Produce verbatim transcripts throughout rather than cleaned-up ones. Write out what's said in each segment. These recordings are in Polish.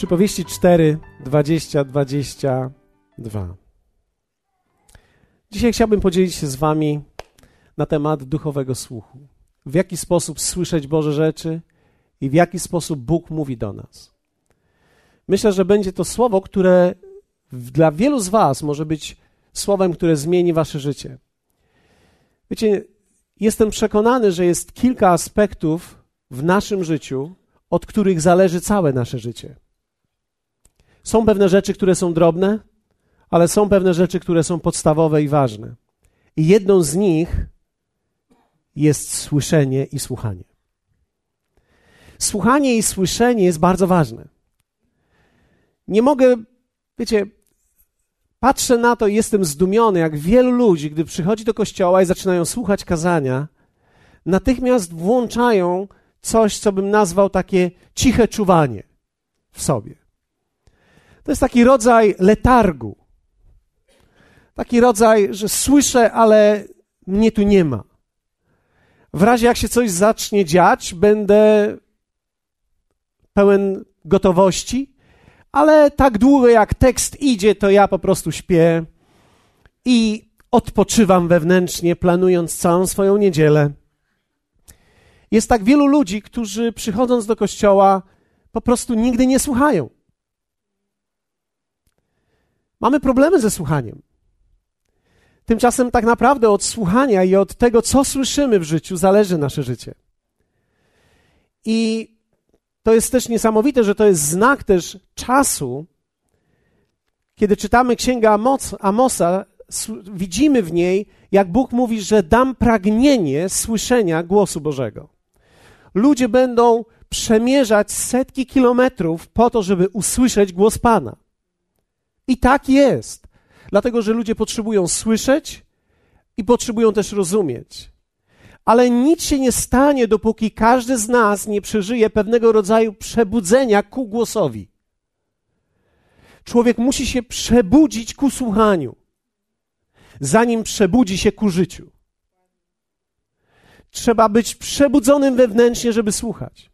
Przypowieści cztery, dwadzieścia, dwadzieścia dwa. Dzisiaj chciałbym podzielić się z wami na temat duchowego słuchu. W jaki sposób słyszeć Boże rzeczy i w jaki sposób Bóg mówi do nas. Myślę, że będzie to słowo, które dla wielu z was może być słowem, które zmieni wasze życie. Wiecie, jestem przekonany, że jest kilka aspektów w naszym życiu, od których zależy całe nasze życie. Są pewne rzeczy, które są drobne, ale są pewne rzeczy, które są podstawowe i ważne. I jedną z nich jest słyszenie i słuchanie. Słuchanie i słyszenie jest bardzo ważne. Nie mogę, wiecie, patrzę na to i jestem zdumiony, jak wielu ludzi, gdy przychodzi do kościoła i zaczynają słuchać kazania, natychmiast włączają coś, co bym nazwał takie ciche czuwanie w sobie. To jest taki rodzaj letargu. Taki rodzaj, że słyszę, ale mnie tu nie ma. W razie jak się coś zacznie dziać, będę pełen gotowości, ale tak długo jak tekst idzie, to ja po prostu śpię i odpoczywam wewnętrznie, planując całą swoją niedzielę. Jest tak wielu ludzi, którzy przychodząc do kościoła po prostu nigdy nie słuchają. Mamy problemy ze słuchaniem. Tymczasem tak naprawdę od słuchania i od tego, co słyszymy w życiu, zależy nasze życie. I to jest też niesamowite, że to jest znak też czasu. Kiedy czytamy Księgę Amos, Amosa, widzimy w niej, jak Bóg mówi, że dam pragnienie słyszenia głosu Bożego. Ludzie będą przemierzać setki kilometrów po to, żeby usłyszeć głos Pana. I tak jest. Dlatego, że ludzie potrzebują słyszeć i potrzebują też rozumieć. Ale nic się nie stanie, dopóki każdy z nas nie przeżyje pewnego rodzaju przebudzenia ku głosowi. Człowiek musi się przebudzić ku słuchaniu, zanim przebudzi się ku życiu. Trzeba być przebudzonym wewnętrznie, żeby słuchać.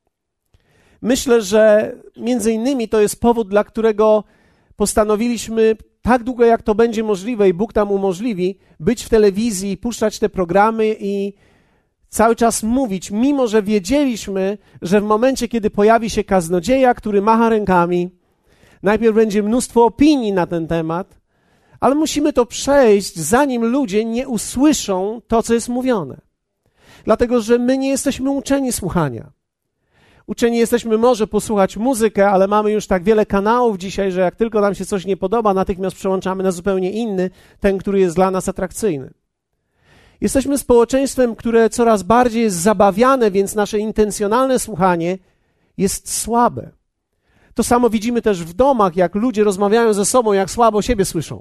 Myślę, że między innymi to jest powód, dla którego postanowiliśmy tak długo, jak to będzie możliwe i Bóg nam umożliwi, być w telewizji, puszczać te programy i cały czas mówić, mimo że wiedzieliśmy, że w momencie, kiedy pojawi się kaznodzieja, który macha rękami, najpierw będzie mnóstwo opinii na ten temat, ale musimy to przejść, zanim ludzie nie usłyszą to, co jest mówione. Dlatego, że my nie jesteśmy uczeni słuchania. Uczeni jesteśmy może posłuchać muzykę, ale mamy już tak wiele kanałów dzisiaj, że jak tylko nam się coś nie podoba, natychmiast przełączamy na zupełnie inny, ten, który jest dla nas atrakcyjny. Jesteśmy społeczeństwem, które coraz bardziej jest zabawiane, więc nasze intencjonalne słuchanie jest słabe. To samo widzimy też w domach, jak ludzie rozmawiają ze sobą, jak słabo siebie słyszą.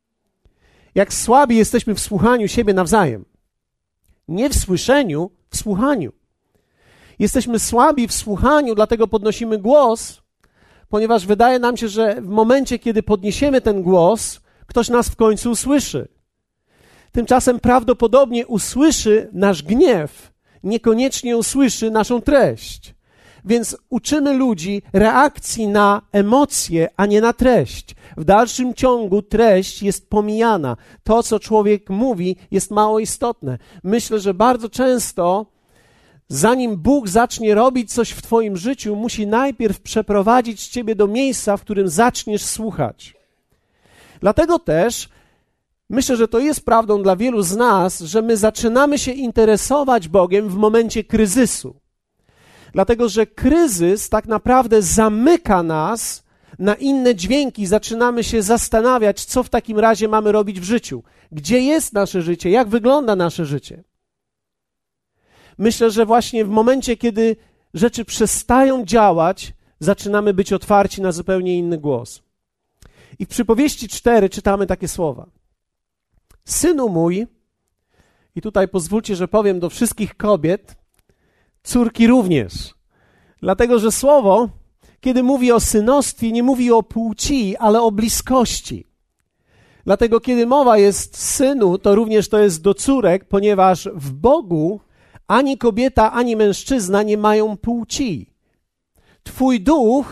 Jak słabi jesteśmy w słuchaniu siebie nawzajem. Nie w słyszeniu, w słuchaniu. Jesteśmy słabi w słuchaniu, dlatego podnosimy głos, ponieważ wydaje nam się, że w momencie, kiedy podniesiemy ten głos, ktoś nas w końcu usłyszy. Tymczasem prawdopodobnie usłyszy nasz gniew, niekoniecznie usłyszy naszą treść. Więc uczymy ludzi reakcji na emocje, a nie na treść. W dalszym ciągu treść jest pomijana. To, co człowiek mówi, jest mało istotne. Myślę, że bardzo często zanim Bóg zacznie robić coś w twoim życiu, musi najpierw przeprowadzić ciebie do miejsca, w którym zaczniesz słuchać. Dlatego też myślę, że to jest prawdą dla wielu z nas, że my zaczynamy się interesować Bogiem w momencie kryzysu. Dlatego, że kryzys tak naprawdę zamyka nas na inne dźwięki. Zaczynamy się zastanawiać, co w takim razie mamy robić w życiu. Gdzie jest nasze życie? Jak wygląda nasze życie? Myślę, że właśnie w momencie, kiedy rzeczy przestają działać, zaczynamy być otwarci na zupełnie inny głos. I w Przypowieści cztery czytamy takie słowa. Synu mój, i tutaj pozwólcie, że powiem do wszystkich kobiet, córki również. Dlatego, że słowo, kiedy mówi o synostwie, nie mówi o płci, ale o bliskości. Dlatego, kiedy mowa jest synu, to również to jest do córek, ponieważ w Bogu ani kobieta, ani mężczyzna nie mają płci. Twój duch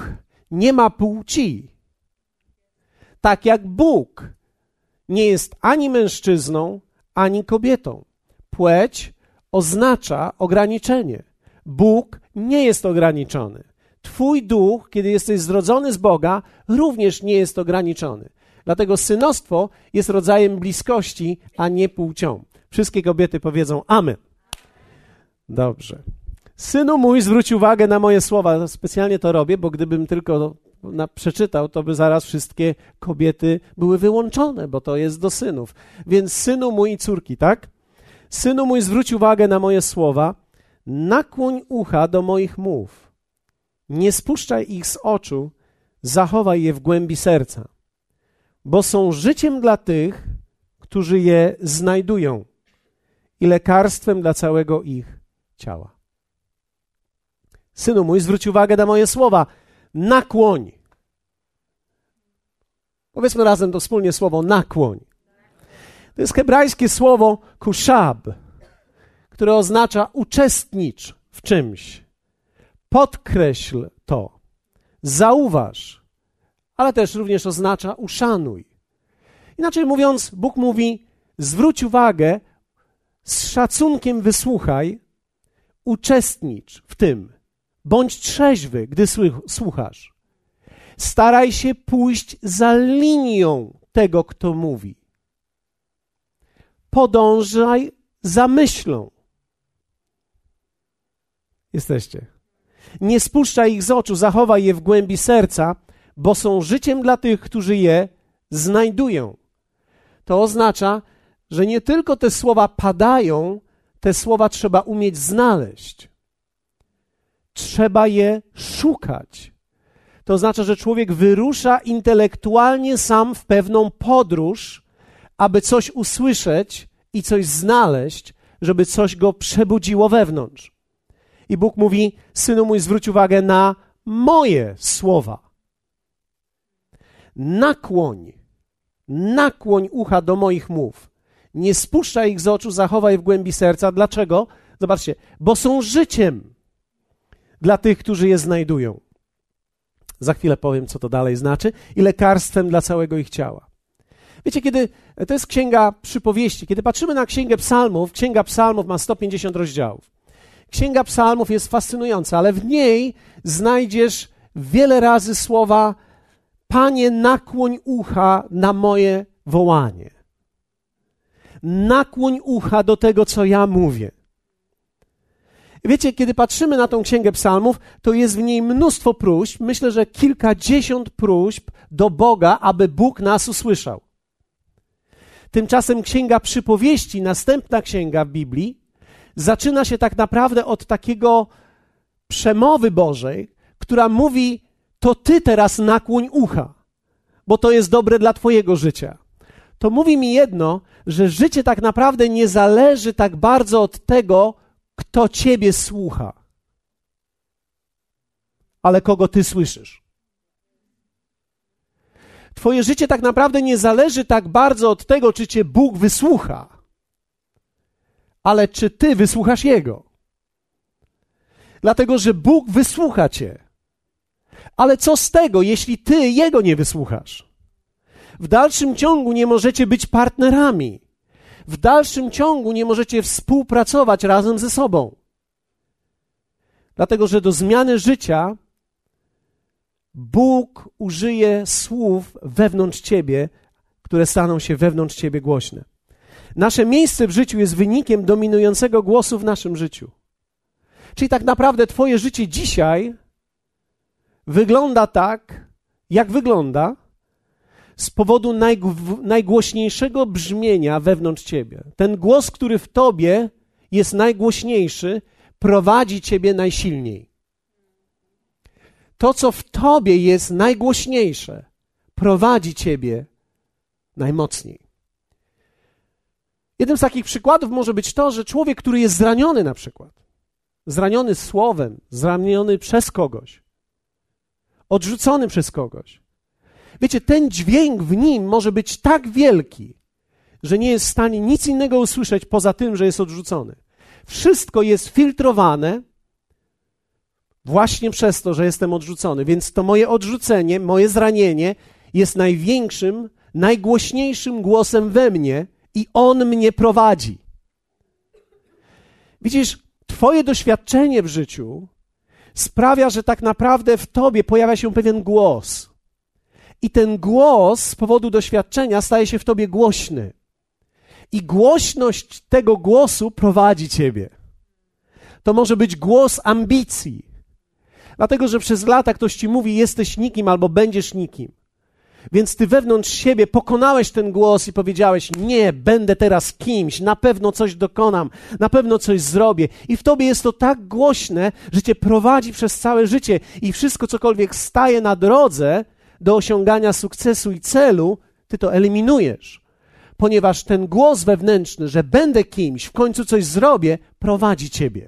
nie ma płci. Tak jak Bóg nie jest ani mężczyzną, ani kobietą. Płeć oznacza ograniczenie. Bóg nie jest ograniczony. Twój duch, kiedy jesteś zrodzony z Boga, również nie jest ograniczony. Dlatego synostwo jest rodzajem bliskości, a nie płcią. Wszystkie kobiety powiedzą amen. Dobrze. Synu mój, zwróć uwagę na moje słowa. Specjalnie to robię, bo gdybym tylko na, przeczytał, to by zaraz wszystkie kobiety były wyłączone, bo to jest do synów. Więc synu mój i córki, tak? Synu mój, zwróć uwagę na moje słowa. Nakłoń ucha do moich mów. Nie spuszczaj ich z oczu, zachowaj je w głębi serca, bo są życiem dla tych, którzy je znajdują i lekarstwem dla całego ich ciała. Synu mój, zwróć uwagę na moje słowa. Nakłoń. Powiedzmy razem to wspólnie słowo nakłoń. To jest hebrajskie słowo kushab, które oznacza uczestnicz w czymś. Podkreśl to. Zauważ. Ale też również oznacza uszanuj. Inaczej mówiąc, Bóg mówi, zwróć uwagę, z szacunkiem wysłuchaj, uczestnicz w tym. Bądź trzeźwy, gdy słuchasz. Staraj się pójść za linią tego, kto mówi. Podążaj za myślą. Jesteście. Nie spuszczaj ich z oczu, zachowaj je w głębi serca, bo są życiem dla tych, którzy je znajdują. To oznacza, że nie tylko te słowa padają, te słowa trzeba umieć znaleźć. Trzeba je szukać. To oznacza, że człowiek wyrusza intelektualnie sam w pewną podróż, aby coś usłyszeć i coś znaleźć, żeby coś go przebudziło wewnątrz. I Bóg mówi, synu mój, zwróć uwagę na moje słowa. Nakłoń, nakłoń ucha do moich mów. Nie spuszczaj ich z oczu, zachowaj w głębi serca. Dlaczego? Zobaczcie, bo są życiem dla tych, którzy je znajdują. Za chwilę powiem, co to dalej znaczy. I lekarstwem dla całego ich ciała. Wiecie, kiedy, to jest księga przypowieści, kiedy patrzymy na księgę psalmów, księga psalmów ma sto pięćdziesiąt rozdziałów. Księga psalmów jest fascynująca, ale w niej znajdziesz wiele razy słowa Panie, nakłoń ucha na moje wołanie. Nakłoń ucha do tego, co ja mówię. Wiecie, kiedy patrzymy na tą księgę psalmów, to jest w niej mnóstwo próśb, myślę, że kilkadziesiąt próśb do Boga, aby Bóg nas usłyszał. Tymczasem księga przypowieści, następna księga w Biblii, zaczyna się tak naprawdę od takiego przemowy Bożej, która mówi, to ty teraz nakłoń ucha, bo to jest dobre dla twojego życia. To mówi mi jedno, że życie tak naprawdę nie zależy tak bardzo od tego, kto ciebie słucha, ale kogo ty słyszysz. Twoje życie tak naprawdę nie zależy tak bardzo od tego, czy cię Bóg wysłucha, ale czy ty wysłuchasz Jego. Dlatego, że Bóg wysłucha cię. Ale co z tego, jeśli ty Jego nie wysłuchasz? W dalszym ciągu nie możecie być partnerami. W dalszym ciągu nie możecie współpracować razem ze sobą. Dlatego, że do zmiany życia Bóg użyje słów wewnątrz ciebie, które staną się wewnątrz ciebie głośne. Nasze miejsce w życiu jest wynikiem dominującego głosu w naszym życiu. Czyli tak naprawdę twoje życie dzisiaj wygląda tak, jak wygląda, z powodu najg- najgłośniejszego brzmienia wewnątrz ciebie. Ten głos, który w tobie jest najgłośniejszy, prowadzi ciebie najsilniej. To, co w tobie jest najgłośniejsze, prowadzi ciebie najmocniej. Jednym z takich przykładów może być to, że człowiek, który jest zraniony na przykład, zraniony słowem, zraniony przez kogoś, odrzucony przez kogoś. Wiecie, ten dźwięk w nim może być tak wielki, że nie jest w stanie nic innego usłyszeć poza tym, że jest odrzucony. Wszystko jest filtrowane, Właśnie przez to, że jestem odrzucony. Więc to moje odrzucenie, moje zranienie jest największym, najgłośniejszym głosem we mnie i on mnie prowadzi. Widzisz, twoje doświadczenie w życiu sprawia, że tak naprawdę w tobie pojawia się pewien głos. I ten głos z powodu doświadczenia staje się w tobie głośny. I głośność tego głosu prowadzi ciebie. To może być głos ambicji. Dlatego, że przez lata ktoś ci mówi, jesteś nikim albo będziesz nikim. Więc ty wewnątrz siebie pokonałeś ten głos i powiedziałeś, nie, będę teraz kimś, na pewno coś dokonam, na pewno coś zrobię. I w tobie jest to tak głośne, że cię prowadzi przez całe życie i wszystko, cokolwiek staje na drodze do osiągania sukcesu i celu, ty to eliminujesz. Ponieważ ten głos wewnętrzny, że będę kimś, w końcu coś zrobię, prowadzi ciebie.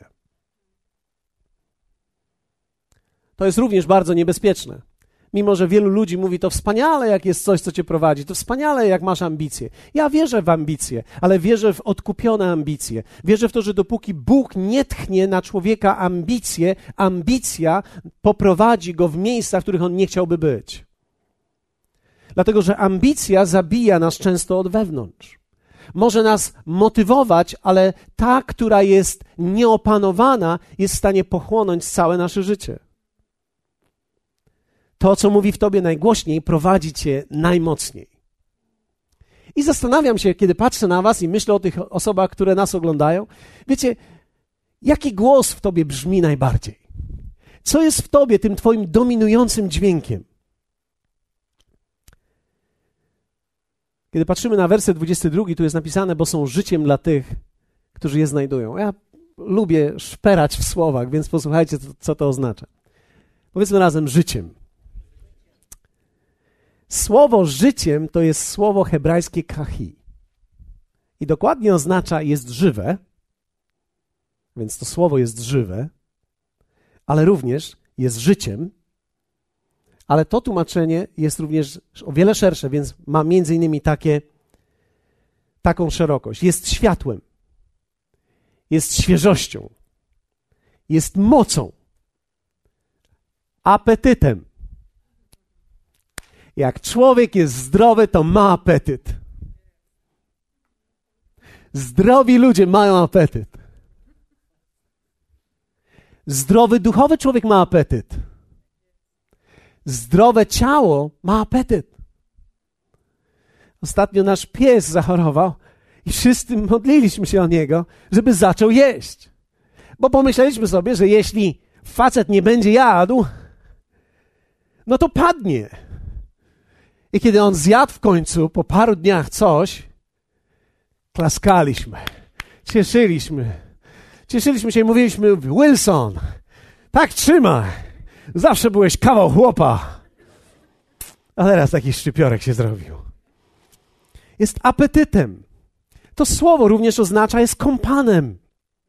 To jest również bardzo niebezpieczne. Mimo że wielu ludzi mówi, to wspaniale, jak jest coś, co cię prowadzi, to wspaniale, jak masz ambicje. Ja wierzę w ambicje, ale wierzę w odkupione ambicje. Wierzę w to, że dopóki Bóg nie tchnie na człowieka ambicje, ambicja poprowadzi go w miejsca, w których on nie chciałby być. Dlatego, że ambicja zabija nas często od wewnątrz. Może nas motywować, ale ta, która jest nieopanowana, jest w stanie pochłonąć całe nasze życie. To, co mówi w tobie najgłośniej, prowadzi cię najmocniej. I zastanawiam się, kiedy patrzę na was i myślę o tych osobach, które nas oglądają. Wiecie, jaki głos w tobie brzmi najbardziej? Co jest w tobie tym twoim dominującym dźwiękiem? Kiedy patrzymy na werset dwudziesty drugi, tu jest napisane, bo są życiem dla tych, którzy je znajdują. Ja lubię szperać w słowach, więc posłuchajcie, co, co to oznacza. Powiedzmy razem życiem. Słowo życiem to jest słowo hebrajskie kachi. I dokładnie oznacza jest żywe, więc to słowo jest żywe, ale również jest życiem, ale to tłumaczenie jest również o wiele szersze, więc ma między innymi takie, taką szerokość. Jest światłem, jest świeżością, jest mocą, apetytem. Jak człowiek jest zdrowy, to ma apetyt. Zdrowi ludzie mają apetyt. Zdrowy duchowy człowiek ma apetyt. Zdrowe ciało ma apetyt. Ostatnio nasz pies zachorował i wszyscy modliliśmy się o niego, żeby zaczął jeść. Bo pomyśleliśmy sobie, że jeśli facet nie będzie jadł, no to padnie. I kiedy on zjadł w końcu, po paru dniach coś, klaskaliśmy, cieszyliśmy. Cieszyliśmy się i mówiliśmy, Wilson, tak trzymaj, zawsze byłeś kawał chłopa. A teraz taki szczypiorek się zrobił. Jest apetytem. To słowo również oznacza, jest kompanem,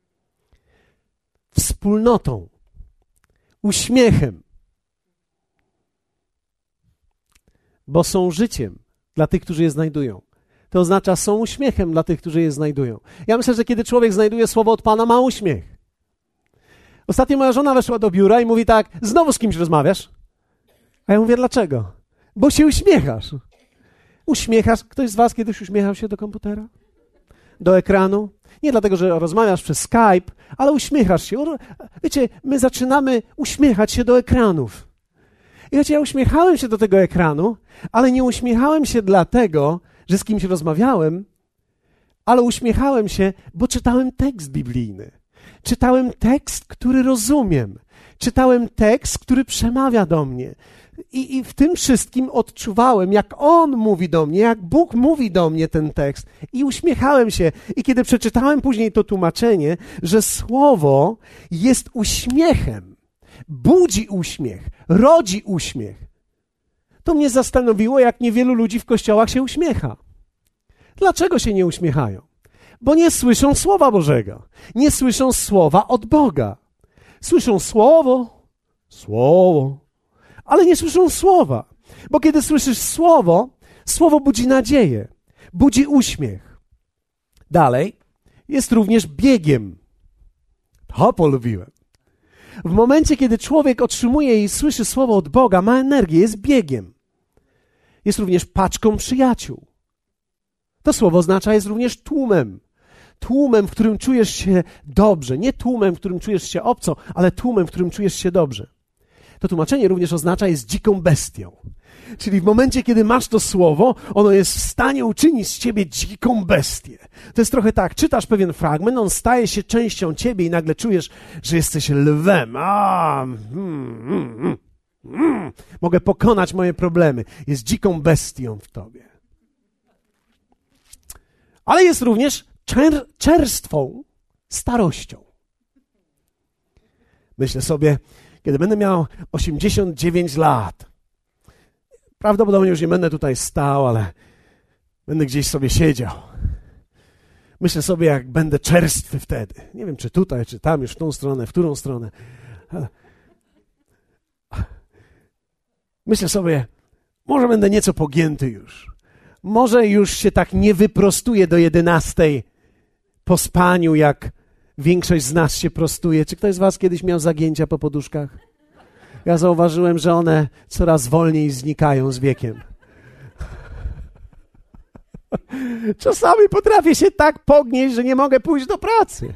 wspólnotą, uśmiechem. Bo są życiem dla tych, którzy je znajdują. To oznacza, są uśmiechem dla tych, którzy je znajdują. Ja myślę, że kiedy człowiek znajduje słowo od Pana, ma uśmiech. Ostatnio moja żona weszła do biura i mówi tak, znowu z kimś rozmawiasz? A ja mówię, dlaczego? Bo się uśmiechasz. Uśmiechasz? Ktoś z was kiedyś uśmiechał się do komputera? Do ekranu? Nie dlatego, że rozmawiasz przez Skype, ale uśmiechasz się. Wiecie, my zaczynamy uśmiechać się do ekranów. I wiecie, ja uśmiechałem się do tego ekranu, ale nie uśmiechałem się dlatego, że z kimś rozmawiałem, ale uśmiechałem się, bo czytałem tekst biblijny. Czytałem tekst, który rozumiem. Czytałem tekst, który przemawia do mnie. I, I w tym wszystkim odczuwałem, jak On mówi do mnie, jak Bóg mówi do mnie ten tekst. I uśmiechałem się. I kiedy przeczytałem później to tłumaczenie, że słowo jest uśmiechem, budzi uśmiech, rodzi uśmiech, to mnie zastanowiło, jak niewielu ludzi w kościołach się uśmiecha. Dlaczego się nie uśmiechają? Bo nie słyszą Słowa Bożego. Nie słyszą Słowa od Boga. Słyszą Słowo, Słowo, ale nie słyszą Słowa. Bo kiedy słyszysz Słowo, Słowo budzi nadzieję, budzi uśmiech. Dalej, jest również biegiem. To polubiłem. W momencie, kiedy człowiek otrzymuje i słyszy słowo od Boga, ma energię, jest biegiem. Jest również paczką przyjaciół. To słowo oznacza, jest również tłumem. Tłumem, w którym czujesz się dobrze. Nie tłumem, w którym czujesz się obco, ale tłumem, w którym czujesz się dobrze. To tłumaczenie również oznacza, jest dziką bestią. Czyli w momencie, kiedy masz to słowo, ono jest w stanie uczynić z ciebie dziką bestię. To jest trochę tak, czytasz pewien fragment, on staje się częścią ciebie i nagle czujesz, że jesteś lwem. A, mm, mm, mm, mm. Mogę pokonać moje problemy. Jest dziką bestią w tobie. Ale jest również czer- czerstwą starością. Myślę sobie, kiedy będę miał osiemdziesiąt dziewięć lat, prawdopodobnie już nie będę tutaj stał, ale będę gdzieś sobie siedział. Myślę sobie, jak będę czerstwy wtedy. Nie wiem, czy tutaj, czy tam, już w tą stronę, w którą stronę. Ale myślę sobie, może będę nieco pogięty już. Może już się tak nie wyprostuję do jedenastej po spaniu, jak większość z nas się prostuje. Czy ktoś z was kiedyś miał zagięcia po poduszkach? Ja zauważyłem, że one coraz wolniej znikają z wiekiem. Czasami potrafię się tak pognieść, że nie mogę pójść do pracy.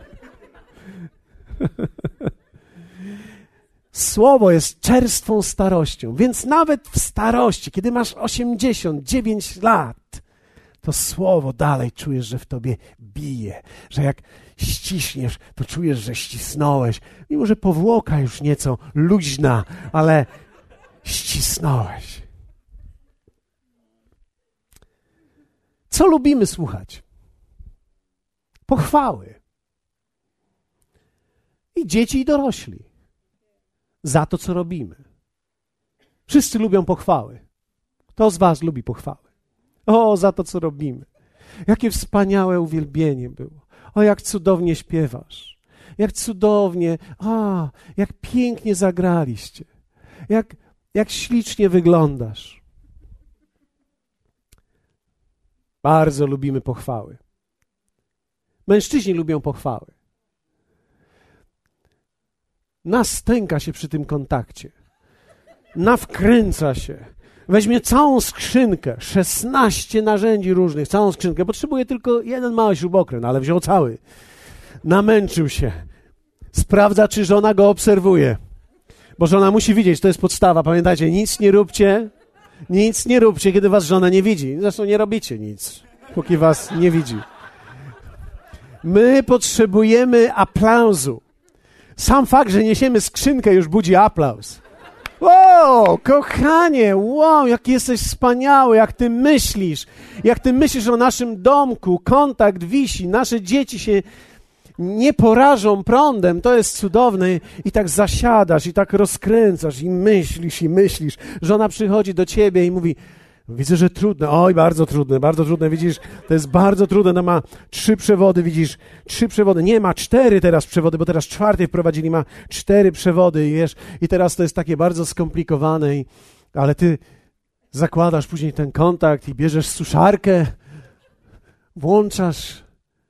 Słowo jest czerstwą starością, więc nawet w starości, kiedy masz osiemdziesiąt dziewięć lat, to słowo dalej czujesz, że w tobie bije, że jak ściśniesz, to czujesz, że ścisnąłeś. Mimo że powłoka już nieco luźna, ale ścisnąłeś. Co lubimy słuchać? Pochwały. I dzieci, i dorośli. Za to, co robimy. Wszyscy lubią pochwały. Kto z was lubi pochwały? O, za to, co robimy. Jakie wspaniałe uwielbienie było. O, jak cudownie śpiewasz. Jak cudownie, a, jak pięknie zagraliście. Jak, jak ślicznie wyglądasz. Bardzo lubimy pochwały. Mężczyźni lubią pochwały. Nastęka się przy tym kontakcie. Nawkręca się. Weźmie całą skrzynkę, szesnaście narzędzi różnych, całą skrzynkę. Potrzebuje tylko jeden mały śrubokręt, ale wziął cały. Namęczył się. Sprawdza, czy żona go obserwuje. Bo żona musi widzieć, to jest podstawa. Pamiętajcie, nic nie róbcie, nic nie róbcie, kiedy was żona nie widzi. Zresztą nie robicie nic, póki was nie widzi. My potrzebujemy aplauzu. Sam fakt, że niesiemy skrzynkę, już budzi aplauz. Wow, kochanie, wow, jak jesteś wspaniały, jak ty myślisz, jak ty myślisz o naszym domku, kontakt wisi, nasze dzieci się nie porażą prądem, to jest cudowne. I tak zasiadasz, i tak rozkręcasz, i myślisz, i myślisz. Żona przychodzi do ciebie i mówi, widzę, że trudne, oj, bardzo trudne, bardzo trudne, widzisz, to jest bardzo trudne, no ma trzy przewody, widzisz, trzy przewody, nie, ma cztery teraz przewody, bo teraz czwarty wprowadzili, ma cztery przewody, wiesz, i teraz to jest takie bardzo skomplikowane, i, ale ty zakładasz później ten kontakt i bierzesz suszarkę, włączasz,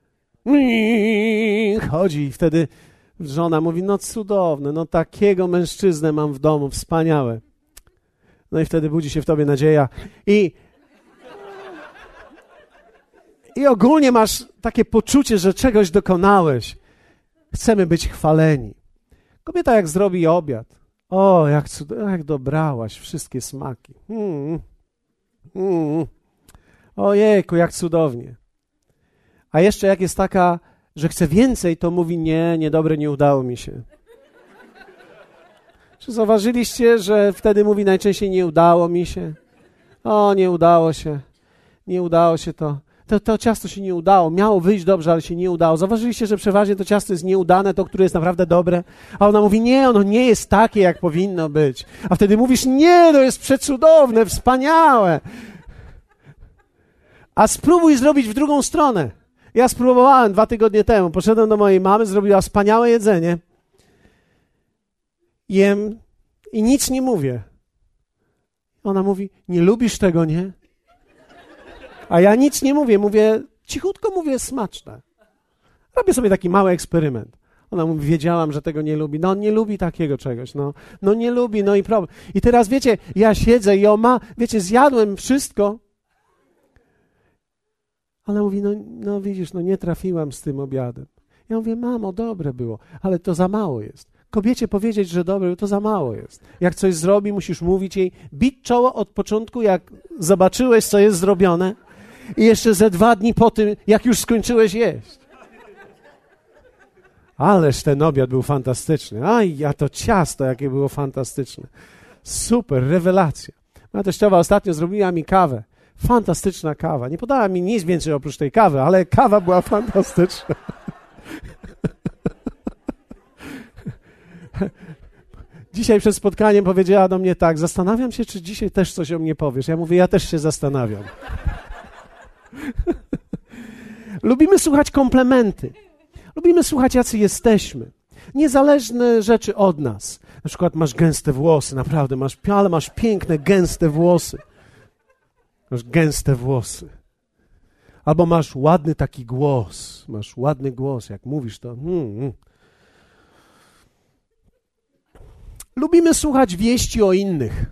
chodzi i wtedy żona mówi, no cudowne, no takiego mężczyznę mam w domu, wspaniałe. No i wtedy budzi się w tobie nadzieja i, i ogólnie masz takie poczucie, że czegoś dokonałeś. Chcemy być chwaleni. Kobieta jak zrobi obiad, o, jak, cud- jak dobrałaś wszystkie smaki. Mm, mm. Ojejku, jak cudownie. A jeszcze jak jest taka, że chce więcej, to mówi, nie, niedobre, nie udało mi się. Czy zauważyliście, że wtedy mówi najczęściej nie udało mi się? O, nie udało się. Nie udało się to. To, to ciasto się nie udało. Miało wyjść dobrze, ale się nie udało. Zauważyliście, że przeważnie to ciasto jest nieudane, to, które jest naprawdę dobre? A ona mówi, nie, ono nie jest takie, jak powinno być. A wtedy mówisz, nie, to jest przecudowne, wspaniałe. A spróbuj zrobić w drugą stronę. Ja spróbowałem dwa tygodnie temu. Poszedłem do mojej mamy, zrobiła wspaniałe jedzenie. Jem i nic nie mówię. Ona mówi, nie lubisz tego, nie? A ja nic nie mówię, mówię, cichutko mówię, smaczne. Robię sobie taki mały eksperyment. Ona mówi, wiedziałam, że tego nie lubi. No on nie lubi takiego czegoś, no. No nie lubi, no i problem. I teraz wiecie, ja siedzę i on ma, wiecie, zjadłem wszystko. Ona mówi, no, no widzisz, no nie trafiłam z tym obiadem. Ja mówię, mamo, dobre było, ale to za mało jest. Kobiecie powiedzieć, że dobre, to za mało jest. Jak coś zrobi, musisz mówić jej, bić czoło od początku, jak zobaczyłeś, co jest zrobione i jeszcze ze dwa dni po tym, jak już skończyłeś jeść. Ależ ten obiad był fantastyczny. Aj, ja to ciasto, jakie było fantastyczne. Super, rewelacja. Moja teściowa ostatnio zrobiła mi kawę. Fantastyczna kawa. Nie podała mi nic więcej oprócz tej kawy, ale kawa była fantastyczna. Dzisiaj przed spotkaniem powiedziała do mnie tak, zastanawiam się, czy dzisiaj też coś o mnie powiesz. Ja mówię, ja też się zastanawiam. Lubimy słuchać komplementy. Lubimy słuchać, jacy jesteśmy. Niezależne rzeczy od nas. Na przykład masz gęste włosy, naprawdę, masz, ale masz piękne, gęste włosy. Masz gęste włosy. Albo masz ładny taki głos. Masz ładny głos, jak mówisz to. Hmm, hmm. Lubimy słuchać wieści o innych.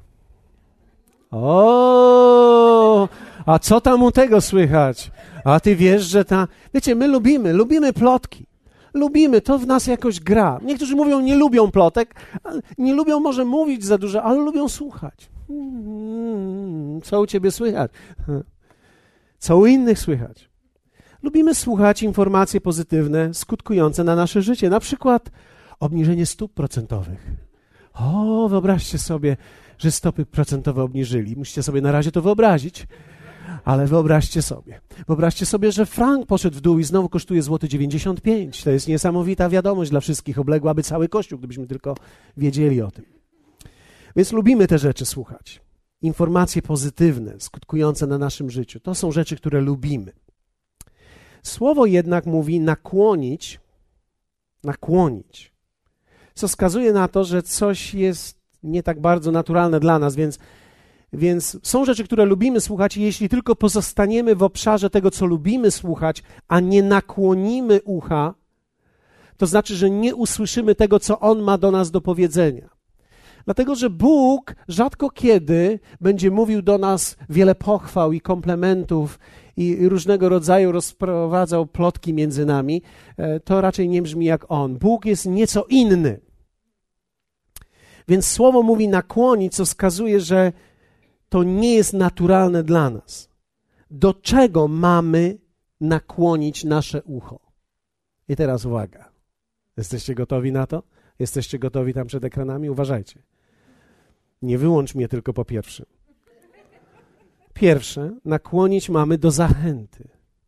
O, a co tam u tego słychać? A ty wiesz, że ta... Wiecie, my lubimy, lubimy plotki. Lubimy, to w nas jakoś gra. Niektórzy mówią, nie lubią plotek, nie lubią może mówić za dużo, ale lubią słuchać. Hmm, co u ciebie słychać? Co u innych słychać? Lubimy słuchać informacje pozytywne, skutkujące na nasze życie. Na przykład obniżenie stóp procentowych. O, wyobraźcie sobie, że stopy procentowe obniżyli. Musicie sobie na razie to wyobrazić, ale wyobraźcie sobie. Wyobraźcie sobie, że frank poszedł w dół i znowu kosztuje złoty dziewięćdziesiąt pięć. To jest niesamowita wiadomość dla wszystkich. Obległaby cały Kościół, gdybyśmy tylko wiedzieli o tym. Więc lubimy te rzeczy słuchać. Informacje pozytywne, skutkujące na naszym życiu. To są rzeczy, które lubimy. Słowo jednak mówi nakłonić, nakłonić, co wskazuje na to, że coś jest nie tak bardzo naturalne dla nas, więc, więc są rzeczy, które lubimy słuchać i jeśli tylko pozostaniemy w obszarze tego, co lubimy słuchać, a nie nakłonimy ucha, to znaczy, że nie usłyszymy tego, co On ma do nas do powiedzenia. Dlatego, że Bóg rzadko kiedy będzie mówił do nas wiele pochwał i komplementów i różnego rodzaju rozprowadzał plotki między nami. To raczej nie brzmi jak On. Bóg jest nieco inny. Więc słowo mówi nakłonić, co wskazuje, że to nie jest naturalne dla nas. Do czego mamy nakłonić nasze ucho? I teraz uwaga. Jesteście gotowi na to? Jesteście gotowi tam przed ekranami? Uważajcie. Nie wyłącz mnie tylko po pierwszym. Pierwsze, nakłonić mamy do zachęty.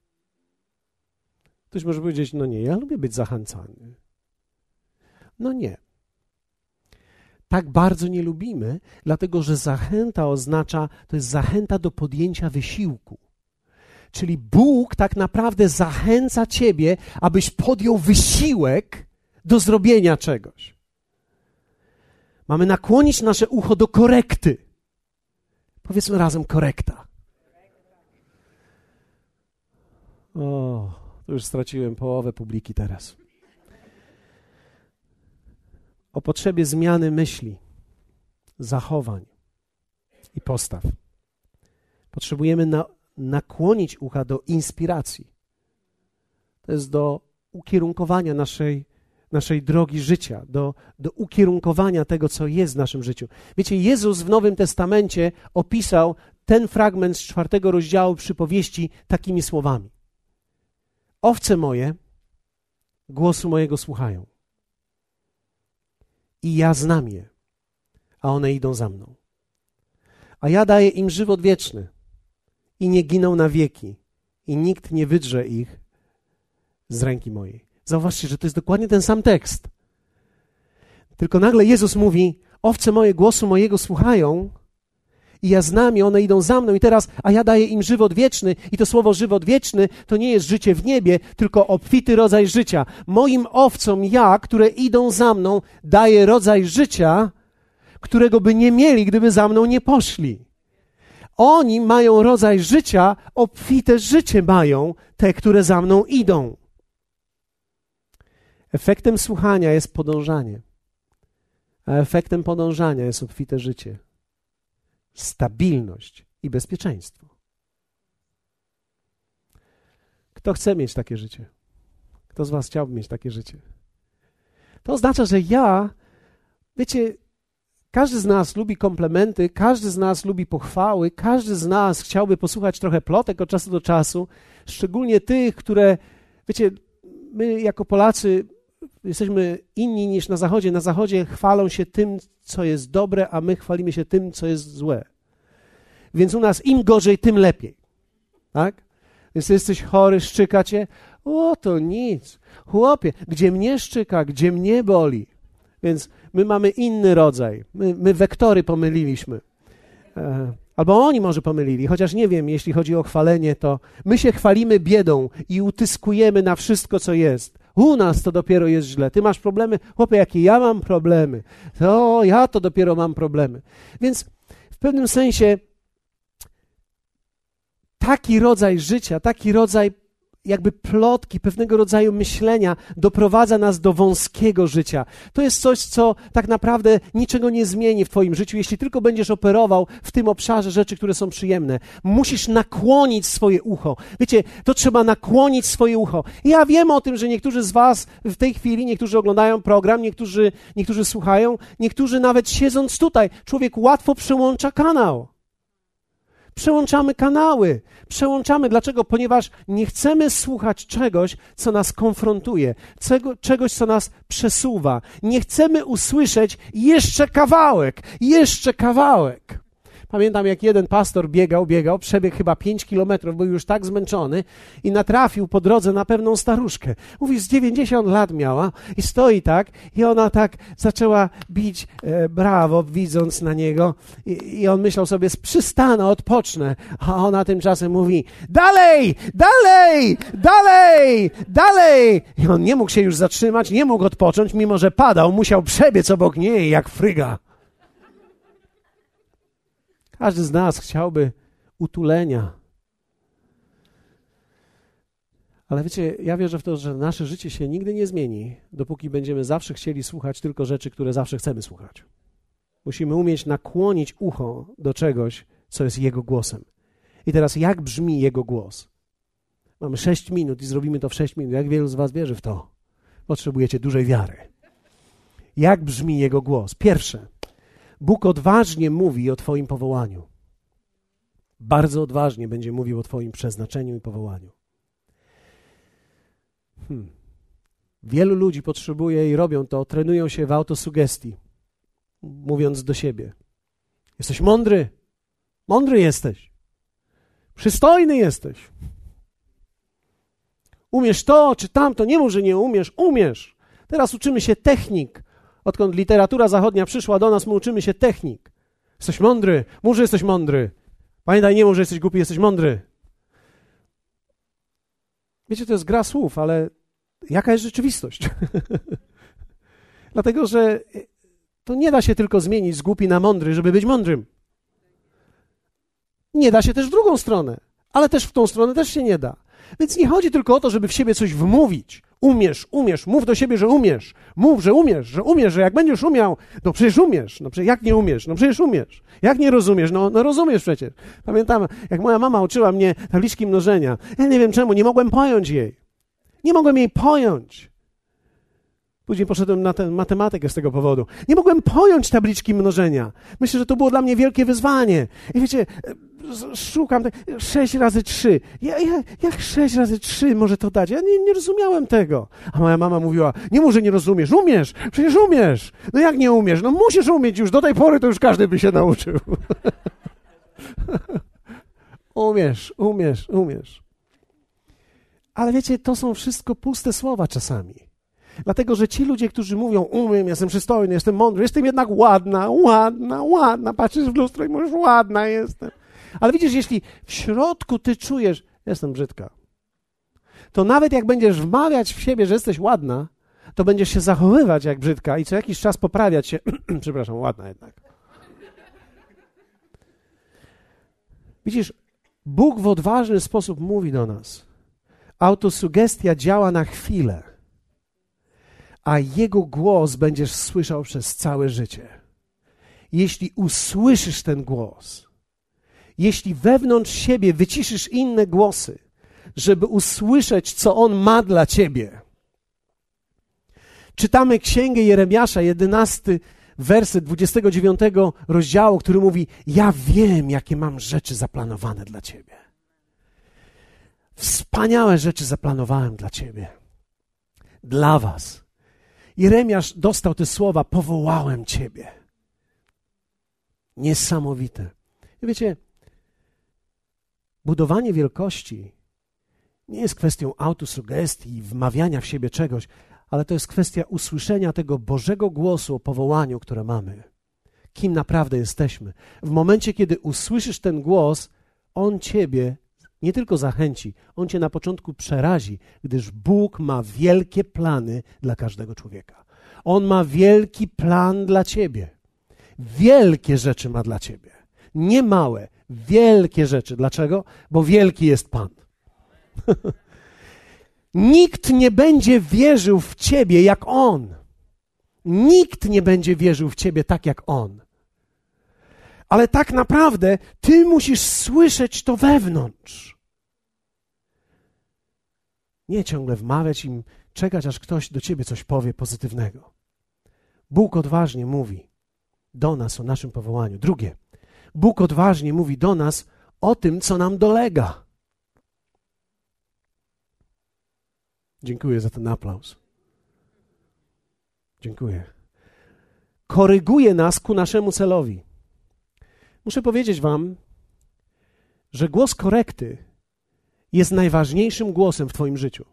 Ktoś może powiedzieć, no nie, ja lubię być zachęcany. No nie. Tak bardzo nie lubimy, dlatego że zachęta oznacza, to jest zachęta do podjęcia wysiłku. Czyli Bóg tak naprawdę zachęca ciebie, abyś podjął wysiłek do zrobienia czegoś. Mamy nakłonić nasze ucho do korekty. Powiedzmy razem korekta. O, to już straciłem połowę publiki teraz. O potrzebie zmiany myśli, zachowań i postaw. Potrzebujemy na, nakłonić ucha do inspiracji. To jest do ukierunkowania naszej, naszej drogi życia, do, do ukierunkowania tego, co jest w naszym życiu. Wiecie, Jezus w Nowym Testamencie opisał ten fragment z czwartego rozdziału przypowieści takimi słowami. Owce moje głosu mojego słuchają. I ja znam je, a one idą za mną. A ja daję im żywot wieczny i nie giną na wieki i nikt nie wydrze ich z ręki mojej. Zauważcie, że to jest dokładnie ten sam tekst. Tylko nagle Jezus mówi, owce moje głosu mojego słuchają i ja znam je, one idą za mną i teraz, a ja daję im żywot wieczny i to słowo żywot wieczny to nie jest życie w niebie, tylko obfity rodzaj życia. Moim owcom ja, które idą za mną, daję rodzaj życia, którego by nie mieli, gdyby za mną nie poszli. Oni mają rodzaj życia, obfite życie mają te, które za mną idą. Efektem słuchania jest podążanie, a efektem podążania jest obfite życie, stabilność i bezpieczeństwo. Kto chce mieć takie życie? Kto z was chciałby mieć takie życie? To oznacza, że ja, wiecie, każdy z nas lubi komplementy, każdy z nas lubi pochwały, każdy z nas chciałby posłuchać trochę plotek od czasu do czasu, szczególnie tych, które, wiecie, my jako Polacy jesteśmy inni niż na Zachodzie. Na Zachodzie chwalą się tym, co jest dobre, a my chwalimy się tym, co jest złe. Więc u nas im gorzej, tym lepiej. Tak? Więc jesteś chory, szczyka cię, o to nic. Chłopie, gdzie mnie szczyka, gdzie mnie boli. Więc my mamy inny rodzaj. My, my wektory pomyliliśmy. E, albo oni może pomylili, chociaż nie wiem, jeśli chodzi o chwalenie, to my się chwalimy biedą i utyskujemy na wszystko, co jest. U nas to dopiero jest źle. Ty masz problemy? Chłopie, jakie ja mam problemy. To ja to dopiero mam problemy. Więc w pewnym sensie taki rodzaj życia, taki rodzaj jakby plotki, pewnego rodzaju myślenia doprowadza nas do wąskiego życia. To jest coś, co tak naprawdę niczego nie zmieni w twoim życiu, jeśli tylko będziesz operował w tym obszarze rzeczy, które są przyjemne. Musisz nakłonić swoje ucho. Wiecie, to trzeba nakłonić swoje ucho. Ja wiem o tym, że niektórzy z was w tej chwili, niektórzy oglądają program, niektórzy, niektórzy słuchają, niektórzy nawet siedząc tutaj, człowiek łatwo przełącza kanał. Przełączamy kanały, przełączamy. Dlaczego? Ponieważ nie chcemy słuchać czegoś, co nas konfrontuje, czego, czegoś, co nas przesuwa. Nie chcemy usłyszeć jeszcze kawałek, jeszcze kawałek. Pamiętam, jak jeden pastor biegał, biegał, przebiegł chyba pięć kilometrów, był już tak zmęczony i natrafił po drodze na pewną staruszkę. Mówi, z dziewięćdziesiąt lat miała i stoi tak i ona tak zaczęła bić e, brawo, widząc na niego I, i on myślał sobie, przystanę, odpocznę, a ona tymczasem mówi, dalej, dalej, dalej, dalej. I on nie mógł się już zatrzymać, nie mógł odpocząć, mimo że padał, musiał przebiec obok niej jak fryga. Każdy z nas chciałby utulenia. Ale wiecie, ja wierzę w to, że nasze życie się nigdy nie zmieni, dopóki będziemy zawsze chcieli słuchać tylko rzeczy, które zawsze chcemy słuchać. Musimy umieć nakłonić ucho do czegoś, co jest Jego głosem. I teraz jak brzmi Jego głos? Mamy sześć minut i zrobimy to w sześć minut. Jak wielu z was wierzy w to? Potrzebujecie dużej wiary. Jak brzmi Jego głos? Pierwsze. Bóg odważnie mówi o twoim powołaniu. Bardzo odważnie będzie mówił o twoim przeznaczeniu i powołaniu. Hmm. Wielu ludzi potrzebuje i robią to, trenują się w autosugestii, mówiąc do siebie. Jesteś mądry, mądry jesteś, przystojny jesteś. Umiesz to czy tamto, nie mów, że nie umiesz, umiesz. Teraz uczymy się technik. Odkąd literatura zachodnia przyszła do nas, my uczymy się technik. Jesteś mądry, mów, że jesteś mądry. Pamiętaj, nie mów, że jesteś głupi, jesteś mądry. Wiecie, to jest gra słów, ale jaka jest rzeczywistość? Dlatego, że to nie da się tylko zmienić z głupi na mądry, żeby być mądrym. Nie da się też w drugą stronę, ale też w tą stronę też się nie da. Więc nie chodzi tylko o to, żeby w siebie coś wmówić. Umiesz, umiesz, mów do siebie, że umiesz. Mów, że umiesz, że umiesz, że jak będziesz umiał, no przecież umiesz. No przecież jak nie umiesz? No przecież umiesz. Jak nie rozumiesz? No, no rozumiesz przecież. Pamiętam, jak moja mama uczyła mnie tabliczki mnożenia. Ja nie wiem czemu, nie mogłem pojąć jej. Nie mogłem jej pojąć. Później poszedłem na tę matematykę z tego powodu. Nie mogłem pojąć tabliczki mnożenia. Myślę, że to było dla mnie wielkie wyzwanie. I wiecie, szukam tak, sześć razy trzy. Ja, ja, jak sześć razy trzy może to dać? Ja nie, nie rozumiałem tego. A moja mama mówiła, nie mów, że nie rozumiesz. Umiesz, przecież umiesz. No jak nie umiesz? No musisz umieć już. Do tej pory to już każdy by się nauczył. Umiesz, umiesz, umiesz. Ale wiecie, to są wszystko puste słowa czasami. Dlatego, że ci ludzie, którzy mówią, umiem, jestem przystojny, jestem mądry, jestem jednak ładna, ładna, ładna, patrzysz w lustro i mówisz, ładna jestem. Ale widzisz, jeśli w środku ty czujesz, jestem brzydka, to nawet jak będziesz wmawiać w siebie, że jesteś ładna, to będziesz się zachowywać jak brzydka i co jakiś czas poprawiać się, przepraszam, ładna jednak. Widzisz, Bóg w odważny sposób mówi do nas. Autosugestia działa na chwilę. a Jego głos będziesz słyszał przez całe życie. Jeśli usłyszysz ten głos, jeśli wewnątrz siebie wyciszysz inne głosy, żeby usłyszeć, co On ma dla ciebie. Czytamy Księgę Jeremiasza, jedenasty werset dwudziestego dziewiątego rozdziału, który mówi: ja wiem, jakie mam rzeczy zaplanowane dla ciebie. Wspaniałe rzeczy zaplanowałem dla ciebie. Dla was. Jeremiasz dostał te słowa: powołałem ciebie. Niesamowite. I wiecie, budowanie wielkości nie jest kwestią autosugestii i wmawiania w siebie czegoś, ale to jest kwestia usłyszenia tego Bożego głosu o powołaniu, które mamy. Kim naprawdę jesteśmy. W momencie, kiedy usłyszysz ten głos, on ciebie nie tylko zachęci, on cię na początku przerazi, gdyż Bóg ma wielkie plany dla każdego człowieka. On ma wielki plan dla ciebie. Wielkie rzeczy ma dla ciebie. Nie małe, wielkie rzeczy. Dlaczego? Bo wielki jest Pan. Nikt nie będzie wierzył w ciebie jak On. Nikt nie będzie wierzył w ciebie tak jak On. Ale tak naprawdę ty musisz słyszeć to wewnątrz. Nie ciągle wmawiać im, czekać, aż ktoś do ciebie coś powie pozytywnego. Bóg odważnie mówi do nas o naszym powołaniu. Drugie, Bóg odważnie mówi do nas o tym, co nam dolega. Dziękuję za ten aplauz. Dziękuję. Koryguje nas ku naszemu celowi. Muszę powiedzieć wam, że głos korekty jest najważniejszym głosem w twoim życiu.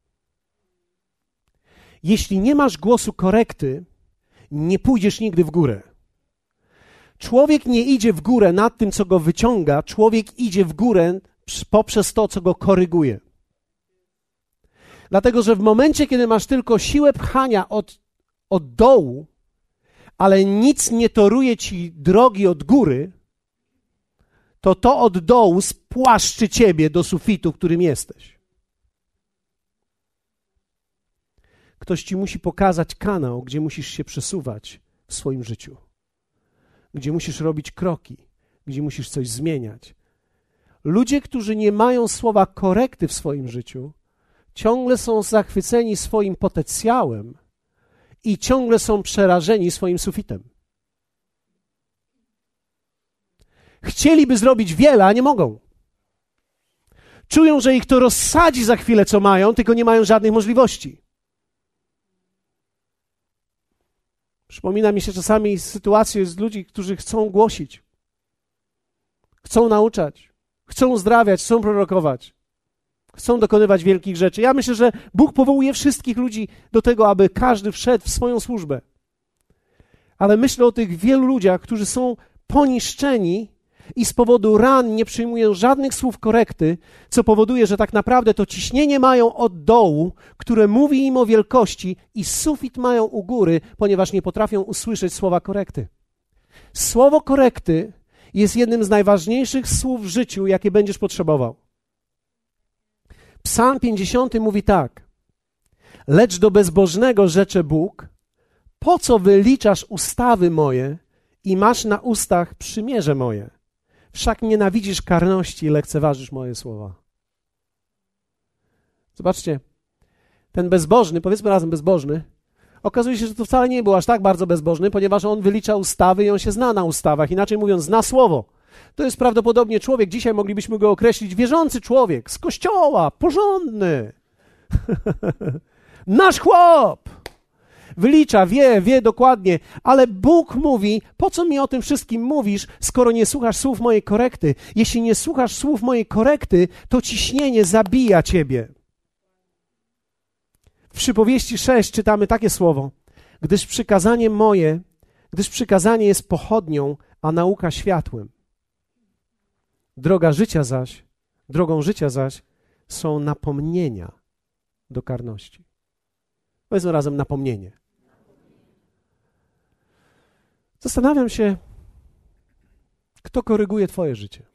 Jeśli nie masz głosu korekty, nie pójdziesz nigdy w górę. Człowiek nie idzie w górę nad tym, co go wyciąga, człowiek idzie w górę poprzez to, co go koryguje. Dlatego, że w momencie, kiedy masz tylko siłę pchania od, od dołu, ale nic nie toruje ci drogi od góry, to to od dołu spłaszczy ciebie do sufitu, w którym jesteś. Ktoś ci musi pokazać kanał, gdzie musisz się przesuwać w swoim życiu, gdzie musisz robić kroki, gdzie musisz coś zmieniać. Ludzie, którzy nie mają słowa korekty w swoim życiu, ciągle są zachwyceni swoim potencjałem i ciągle są przerażeni swoim sufitem. Chcieliby zrobić wiele, a nie mogą. Czują, że ich to rozsadzi za chwilę, co mają, tylko nie mają żadnych możliwości. Przypomina mi się czasami sytuacje z ludzi, którzy chcą głosić, chcą nauczać, chcą uzdrawiać, chcą prorokować, chcą dokonywać wielkich rzeczy. Ja myślę, że Bóg powołuje wszystkich ludzi do tego, aby każdy wszedł w swoją służbę. Ale myślę o tych wielu ludziach, którzy są poniszczeni i z powodu ran nie przyjmują żadnych słów korekty, co powoduje, że tak naprawdę to ciśnienie mają od dołu, które mówi im o wielkości, i sufit mają u góry, ponieważ nie potrafią usłyszeć słowa korekty. Słowo korekty jest jednym z najważniejszych słów w życiu, jakie będziesz potrzebował. Psalm pięćdziesiąty mówi tak: lecz do bezbożnego rzecze Bóg, po co wyliczasz ustawy moje i masz na ustach przymierze moje? Wszak nienawidzisz karności i lekceważysz moje słowa. Zobaczcie, ten bezbożny, powiedzmy razem bezbożny, okazuje się, że to wcale nie był aż tak bardzo bezbożny, ponieważ on wylicza ustawy i on się zna na ustawach. Inaczej mówiąc, zna słowo. To jest prawdopodobnie człowiek, dzisiaj moglibyśmy go określić, wierzący człowiek, z kościoła, porządny. Nasz chłop! Wylicza, wie, wie dokładnie, ale Bóg mówi, po co mi o tym wszystkim mówisz, skoro nie słuchasz słów mojej korekty? Jeśli nie słuchasz słów mojej korekty, to ciśnienie zabija ciebie. W Przypowieści sześć czytamy takie słowo: gdyż przykazanie moje, gdyż przykazanie jest pochodnią, a nauka światłem. Droga życia zaś, drogą życia zaś są napomnienia do karności. Powiedzmy razem napomnienie. Zastanawiam się, kto koryguje twoje życie.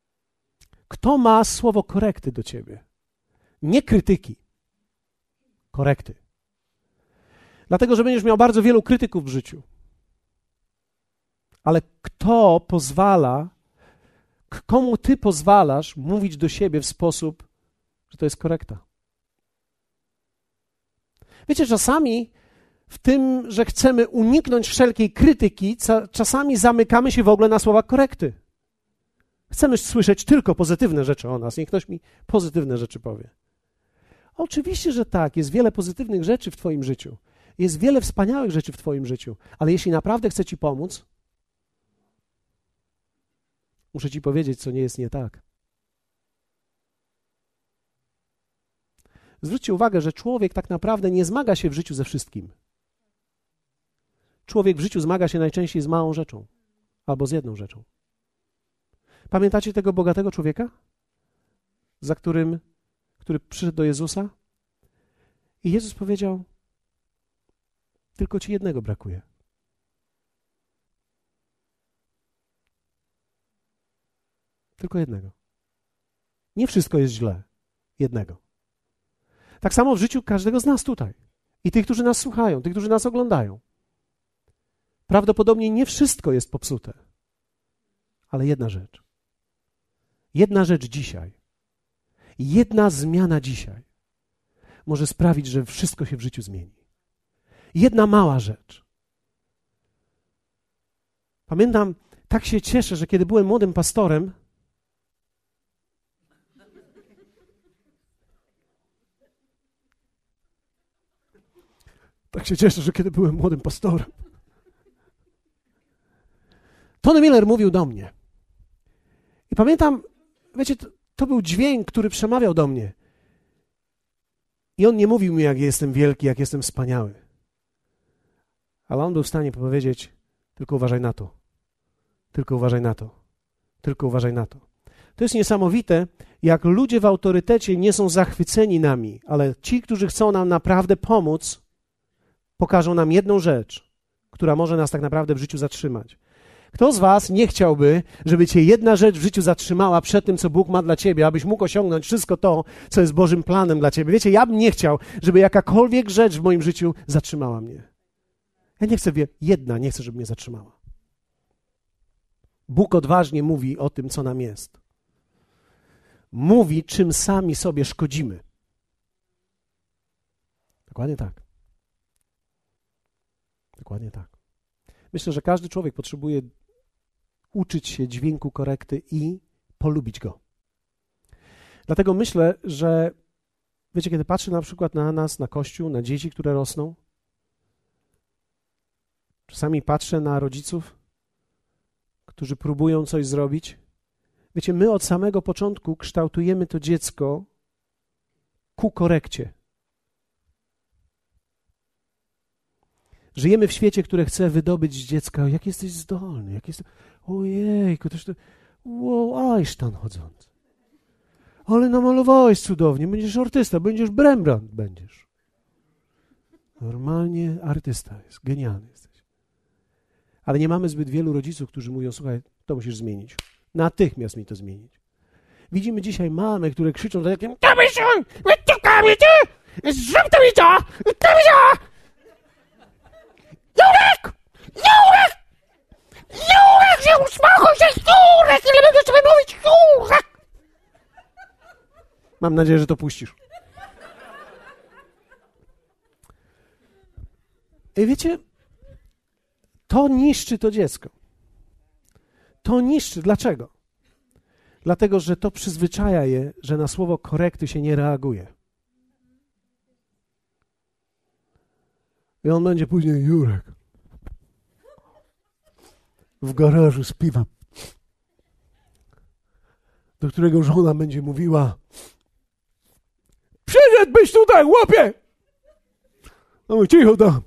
Kto ma słowo korekty do ciebie? Nie krytyki, korekty. Dlatego, że będziesz miał bardzo wielu krytyków w życiu. Ale kto pozwala, komu ty pozwalasz mówić do siebie w sposób, że to jest korekta? Wiecie, czasami w tym, że chcemy uniknąć wszelkiej krytyki, czasami zamykamy się w ogóle na słowa korekty. Chcemy słyszeć tylko pozytywne rzeczy o nas. Niech ktoś mi pozytywne rzeczy powie. Oczywiście, że tak. Jest wiele pozytywnych rzeczy w twoim życiu. Jest wiele wspaniałych rzeczy w twoim życiu. Ale jeśli naprawdę chcę ci pomóc, muszę ci powiedzieć, co nie jest nie tak. Zwróćcie uwagę, że człowiek tak naprawdę nie zmaga się w życiu ze wszystkim. Człowiek w życiu zmaga się najczęściej z małą rzeczą albo z jedną rzeczą. Pamiętacie tego bogatego człowieka, za którym, który przyszedł do Jezusa? I Jezus powiedział, tylko ci jednego brakuje. Tylko jednego. Nie wszystko jest źle. Jednego. Tak samo w życiu każdego z nas tutaj. I tych, którzy nas słuchają, tych, którzy nas oglądają. Prawdopodobnie nie wszystko jest popsute. Ale jedna rzecz. Jedna rzecz dzisiaj. Jedna zmiana dzisiaj może sprawić, że wszystko się w życiu zmieni. Jedna mała rzecz. Pamiętam, tak się cieszę, że kiedy byłem młodym pastorem, tak się cieszę, że kiedy byłem młodym pastorem, Tony Miller mówił do mnie. I pamiętam, wiecie, to, to był dźwięk, który przemawiał do mnie. I on nie mówił mi, jak jestem wielki, jak jestem wspaniały. Ale on był w stanie powiedzieć, tylko uważaj na to. Tylko uważaj na to. Tylko uważaj na to. To jest niesamowite, jak ludzie w autorytecie nie są zachwyceni nami, ale ci, którzy chcą nam naprawdę pomóc, pokażą nam jedną rzecz, która może nas tak naprawdę w życiu zatrzymać. Kto z was nie chciałby, żeby cię jedna rzecz w życiu zatrzymała przed tym, co Bóg ma dla ciebie, abyś mógł osiągnąć wszystko to, co jest Bożym planem dla ciebie? Wiecie, ja bym nie chciał, żeby jakakolwiek rzecz w moim życiu zatrzymała mnie. Ja nie chcę, jedna nie chcę, żeby mnie zatrzymała. Bóg odważnie mówi o tym, co nam jest. Mówi, czym sami sobie szkodzimy. Dokładnie tak. Dokładnie tak. Myślę, że każdy człowiek potrzebuje uczyć się dźwięku korekty i polubić go. Dlatego myślę, że wiecie, kiedy patrzę na przykład na nas, na Kościół, na dzieci, które rosną, czasami patrzę na rodziców, którzy próbują coś zrobić. Wiecie, my od samego początku kształtujemy to dziecko ku korekcie. Żyjemy w świecie, które chce wydobyć z dziecka, jak jesteś zdolny, jak jesteś... Ojejku, toż to... Wow, Einstein chodzący. Ale namalowałeś cudownie, będziesz artysta, będziesz Rembrandt, będziesz. Normalnie artysta jest, genialny jesteś. Ale nie mamy zbyt wielu rodziców, którzy mówią, słuchaj, to musisz zmienić. Natychmiast mi to zmienić. Widzimy dzisiaj mamy, które krzyczą tak jak... Zrób to mi to! To mi to! Jurek! Jurek! Jurek, że uspokój się, Jurek! Ile będę sobie mówić, Jurek! Mam nadzieję, że to puścisz. I wiecie, to niszczy to dziecko. To niszczy. Dlaczego? Dlatego, że to przyzwyczaja je, że na słowo korekty się nie reaguje. I on będzie później Jurek. W garażu z piwem. Do którego żona będzie mówiła: przyszedłbyś tutaj, chłopie! No mówię, cicho tam.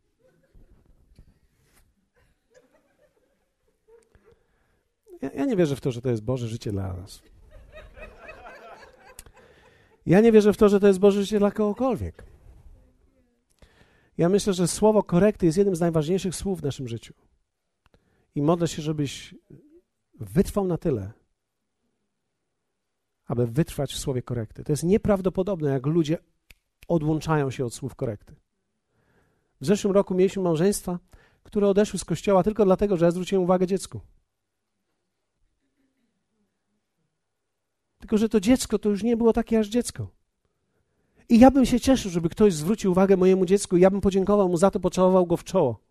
Ja, ja nie wierzę w to, że to jest Boże życie dla nas. Ja nie wierzę w to, że to jest Boże życie dla kogokolwiek. Ja myślę, że słowo korekty jest jednym z najważniejszych słów w naszym życiu. I modlę się, żebyś wytrwał na tyle, aby wytrwać w słowie korekty. To jest nieprawdopodobne, jak ludzie odłączają się od słów korekty. W zeszłym roku mieliśmy małżeństwa, które odeszły z kościoła tylko dlatego, że ja zwróciłem uwagę dziecku. Tylko że to dziecko to już nie było takie aż dziecko. I ja bym się cieszył, żeby ktoś zwrócił uwagę mojemu dziecku i ja bym podziękował mu za to, pocałował go w czoło.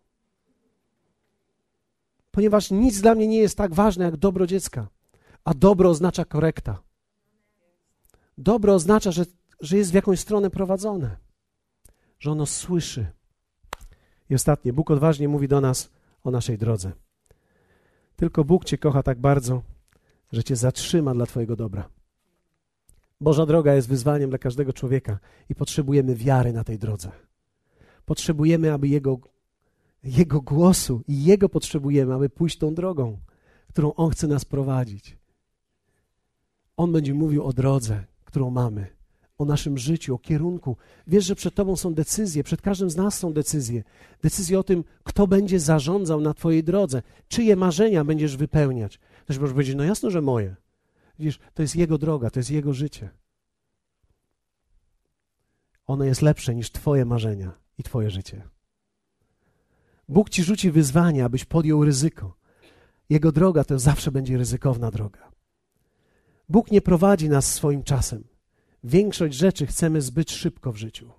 Ponieważ nic dla mnie nie jest tak ważne jak dobro dziecka. A dobro oznacza korekta. Dobro oznacza, że, że jest w jakąś stronę prowadzone. Że ono słyszy. I ostatnie, Bóg odważnie mówi do nas o naszej drodze. Tylko Bóg Cię kocha tak bardzo, że Cię zatrzyma dla Twojego dobra. Boża droga jest wyzwaniem dla każdego człowieka i potrzebujemy wiary na tej drodze. Potrzebujemy, aby Jego, Jego głosu i Jego potrzebujemy, aby pójść tą drogą, którą On chce nas prowadzić. On będzie mówił o drodze, którą mamy, o naszym życiu, o kierunku. Wiesz, że przed Tobą są decyzje, przed każdym z nas są decyzje. Decyzje o tym, kto będzie zarządzał na Twojej drodze, czyje marzenia będziesz wypełniać. Ktoś może powiedzieć, no jasno, że moje. Widzisz, to jest Jego droga, to jest Jego życie. Ono jest lepsze niż Twoje marzenia i Twoje życie. Bóg Ci rzuci wyzwanie, abyś podjął ryzyko. Jego droga to zawsze będzie ryzykowna droga. Bóg nie prowadzi nas swoim czasem. Większość rzeczy chcemy zbyt szybko w życiu.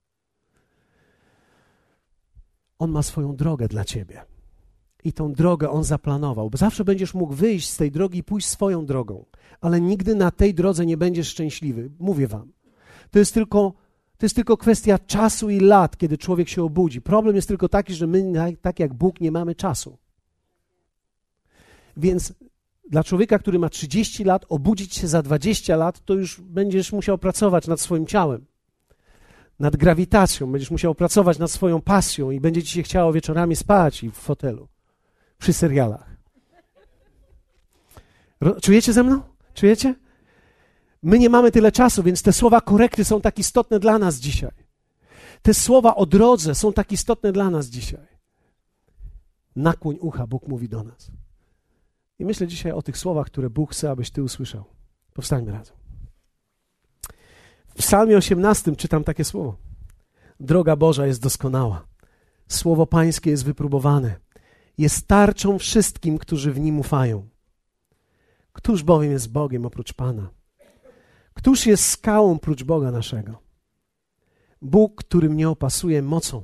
On ma swoją drogę dla Ciebie. I tą drogę On zaplanował. Bo zawsze będziesz mógł wyjść z tej drogi i pójść swoją drogą. Ale nigdy na tej drodze nie będziesz szczęśliwy. Mówię wam. To jest tylko, to jest tylko kwestia czasu i lat, kiedy człowiek się obudzi. Problem jest tylko taki, że my, tak jak Bóg, nie mamy czasu. Więc dla człowieka, który ma trzydzieści lat, obudzić się za dwadzieścia lat, to już będziesz musiał pracować nad swoim ciałem. Nad grawitacją. Będziesz musiał pracować nad swoją pasją i będzie ci się chciało wieczorami spać i w fotelu. Przy serialach. Czujecie ze mną? Czujecie? My nie mamy tyle czasu, więc te słowa korekty są tak istotne dla nas dzisiaj. Te słowa o drodze są tak istotne dla nas dzisiaj. Nakłoń ucha, Bóg mówi do nas. I myślę dzisiaj o tych słowach, które Bóg chce, abyś ty usłyszał. Powstańmy razem. W Psalmie osiemnastym czytam takie słowo. Droga Boża jest doskonała. Słowo Pańskie jest wypróbowane. Jest tarczą wszystkim, którzy w Nim ufają. Któż bowiem jest Bogiem oprócz Pana? Któż jest skałą prócz Boga naszego? Bóg, który mnie opasuje mocą,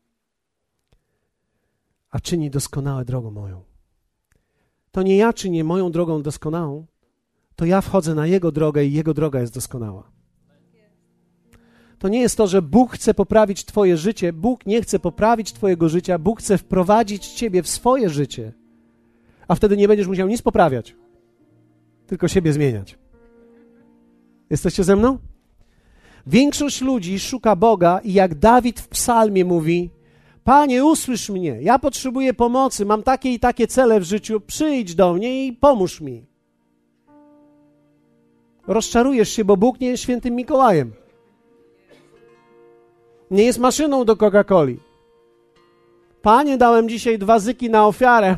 a czyni doskonałe drogą moją. To nie ja czynię moją drogą doskonałą, to ja wchodzę na Jego drogę i Jego droga jest doskonała. To nie jest to, że Bóg chce poprawić twoje życie. Bóg nie chce poprawić twojego życia. Bóg chce wprowadzić ciebie w swoje życie. A wtedy nie będziesz musiał nic poprawiać. Tylko siebie zmieniać. Jesteście ze mną? Większość ludzi szuka Boga i jak Dawid w psalmie mówi: Panie, usłysz mnie. Ja potrzebuję pomocy. Mam takie i takie cele w życiu. Przyjdź do mnie i pomóż mi. Rozczarujesz się, bo Bóg nie jest świętym Mikołajem. Nie jest maszyną do Coca-Coli. Panie, dałem dzisiaj dwa zyki na ofiarę.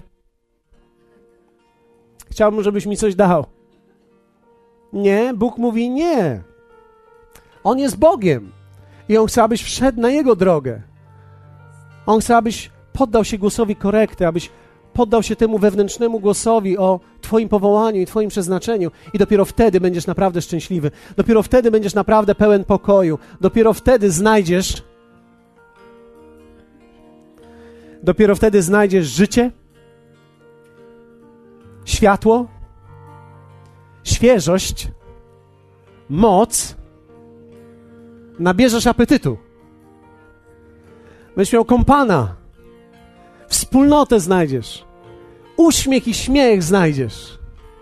Chciałbym, żebyś mi coś dał. Nie, Bóg mówi nie. On jest Bogiem i On chce, abyś wszedł na Jego drogę. On chce, abyś poddał się głosowi korekty, abyś poddał się temu wewnętrznemu głosowi o twoim powołaniu i twoim przeznaczeniu i dopiero wtedy będziesz naprawdę szczęśliwy. Dopiero wtedy będziesz naprawdę pełen pokoju. Dopiero wtedy znajdziesz dopiero wtedy znajdziesz życie, światło, świeżość, moc, nabierzesz apetytu. Będziesz miał kompana, wspólnotę znajdziesz, uśmiech i śmiech znajdziesz,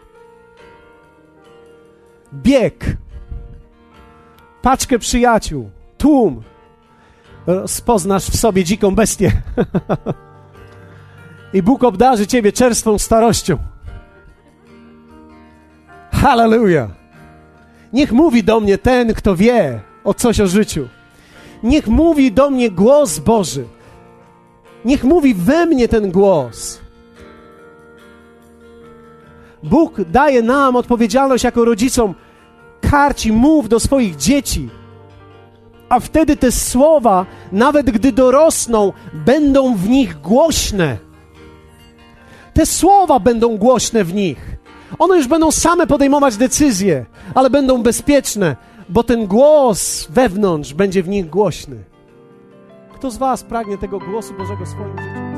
bieg, paczkę przyjaciół, tłum. Rozpoznasz w sobie dziką bestię i Bóg obdarzy ciebie czerstwą starością. Hallelujah! Niech mówi do mnie ten, kto wie o coś o życiu. Niech mówi do mnie głos Boży. Niech mówi we mnie ten głos. Bóg daje nam odpowiedzialność jako rodzicom. Karci, mów do swoich dzieci. A wtedy te słowa, nawet gdy dorosną, będą w nich głośne. Te słowa będą głośne w nich. One już będą same podejmować decyzje, ale będą bezpieczne, bo ten głos wewnątrz będzie w nich głośny. Kto z was pragnie tego głosu Bożego w swoim życiu?